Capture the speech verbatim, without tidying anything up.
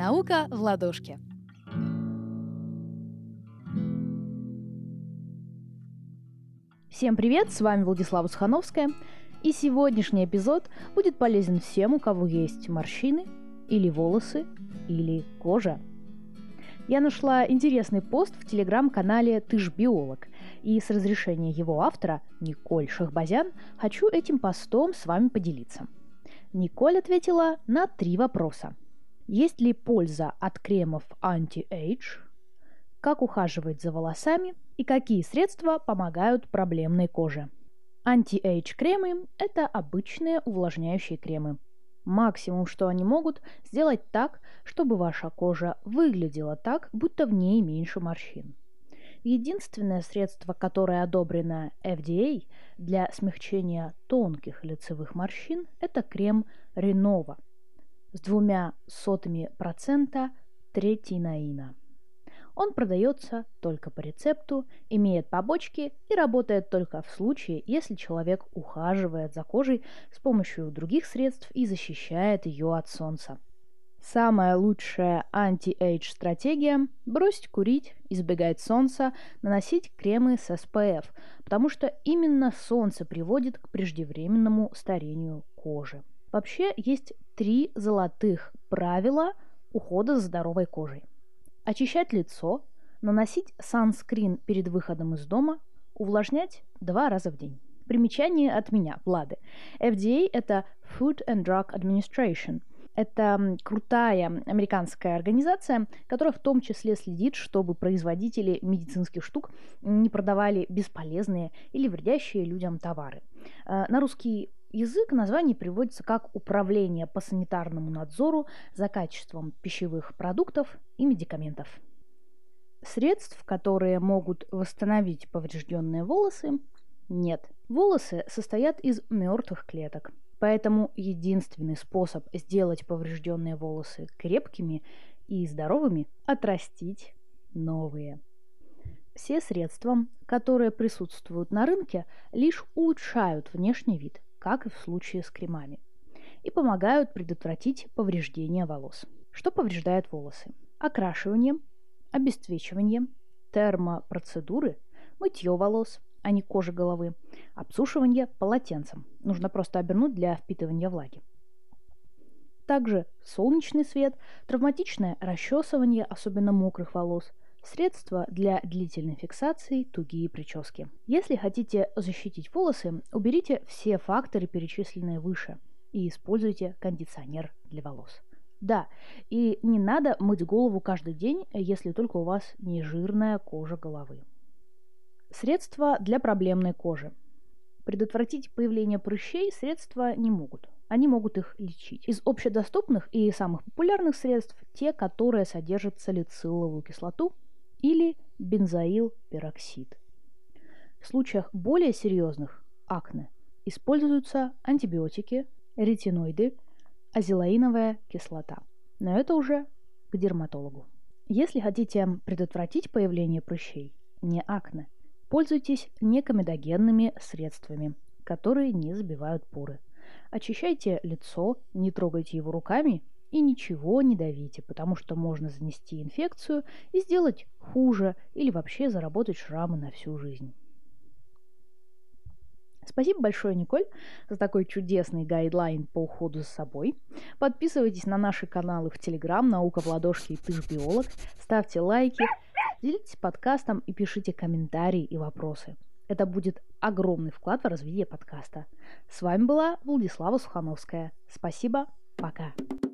Наука в ладошке. Всем привет, с вами Владислава Сухановская, и сегодняшний эпизод будет полезен всем, у кого есть морщины, или волосы, или кожа. Я нашла интересный пост в телеграм-канале «Ты ж биолог», и с разрешения его автора, Николь Шахбазян, хочу этим постом с вами поделиться. Николь ответила на три вопроса. Есть ли польза от кремов анти-эйдж? Как ухаживать за волосами? И какие средства помогают проблемной коже? Анти-эйдж кремы – это обычные увлажняющие кремы. Максимум, что они могут, сделать так, чтобы ваша кожа выглядела так, будто в ней меньше морщин. Единственное средство, которое одобрено эф ди эй для смягчения тонких лицевых морщин, это крем Renova с двумя сотыми процента третинаина. Он продается только по рецепту, имеет побочки и работает только в случае, если человек ухаживает за кожей с помощью других средств и защищает ее от солнца. Самая лучшая анти-эйдж стратегия – бросить курить, избегать солнца, наносить кремы с эс пэ эф, потому что именно солнце приводит к преждевременному старению кожи. Вообще есть три золотых правила ухода за здоровой кожей. Очищать лицо, наносить санскрин перед выходом из дома, увлажнять два раза в день. Примечание от меня, Влады. эф ди эй – это Food and Drug Administration. Это крутая американская организация, которая в том числе следит, чтобы производители медицинских штук не продавали бесполезные или вредящие людям товары. На русский язык название приводится как «Управление по санитарному надзору за качеством пищевых продуктов и медикаментов». Средств, которые могут восстановить поврежденные волосы, нет. Волосы состоят из мертвых клеток, поэтому единственный способ сделать поврежденные волосы крепкими и здоровыми – отрастить новые. Все средства, которые присутствуют на рынке, лишь улучшают внешний вид, как и в случае с кремами, и помогают предотвратить повреждение волос. Что повреждает волосы? Окрашивание, обесцвечивание, термопроцедуры, мытье волос, а не кожи головы, обсушивание полотенцем. Нужно просто обернуть для впитывания влаги. Также солнечный свет, травматичное расчесывание, особенно мокрых волос, средства для длительной фиксации, тугие прически. Если хотите защитить волосы, уберите все факторы, перечисленные выше, и используйте кондиционер для волос. Да, и не надо мыть голову каждый день, если только у вас не жирная кожа головы. Средства для проблемной кожи. Предотвратить появление прыщей средства не могут. Они могут их лечить. Из общедоступных и самых популярных средств те, которые содержат салициловую кислоту или бензоилпероксид. В случаях более серьезных акне используются антибиотики, ретиноиды, азелаиновая кислота. Но это уже к дерматологу. Если хотите предотвратить появление прыщей, не акне, пользуйтесь некомедогенными средствами, которые не забивают поры. Очищайте лицо, не трогайте его руками и ничего не давите, потому что можно занести инфекцию и сделать хуже или вообще заработать шрамы на всю жизнь. Спасибо большое, Николь, за такой чудесный гайдлайн по уходу за собой. Подписывайтесь на наши каналы в Телеграм «Наука в ладошке» и «Ты ж биолог». Ставьте лайки, делитесь подкастом и пишите комментарии и вопросы. Это будет огромный вклад в развитие подкаста. С вами была Владислава Сухановская. Спасибо, пока.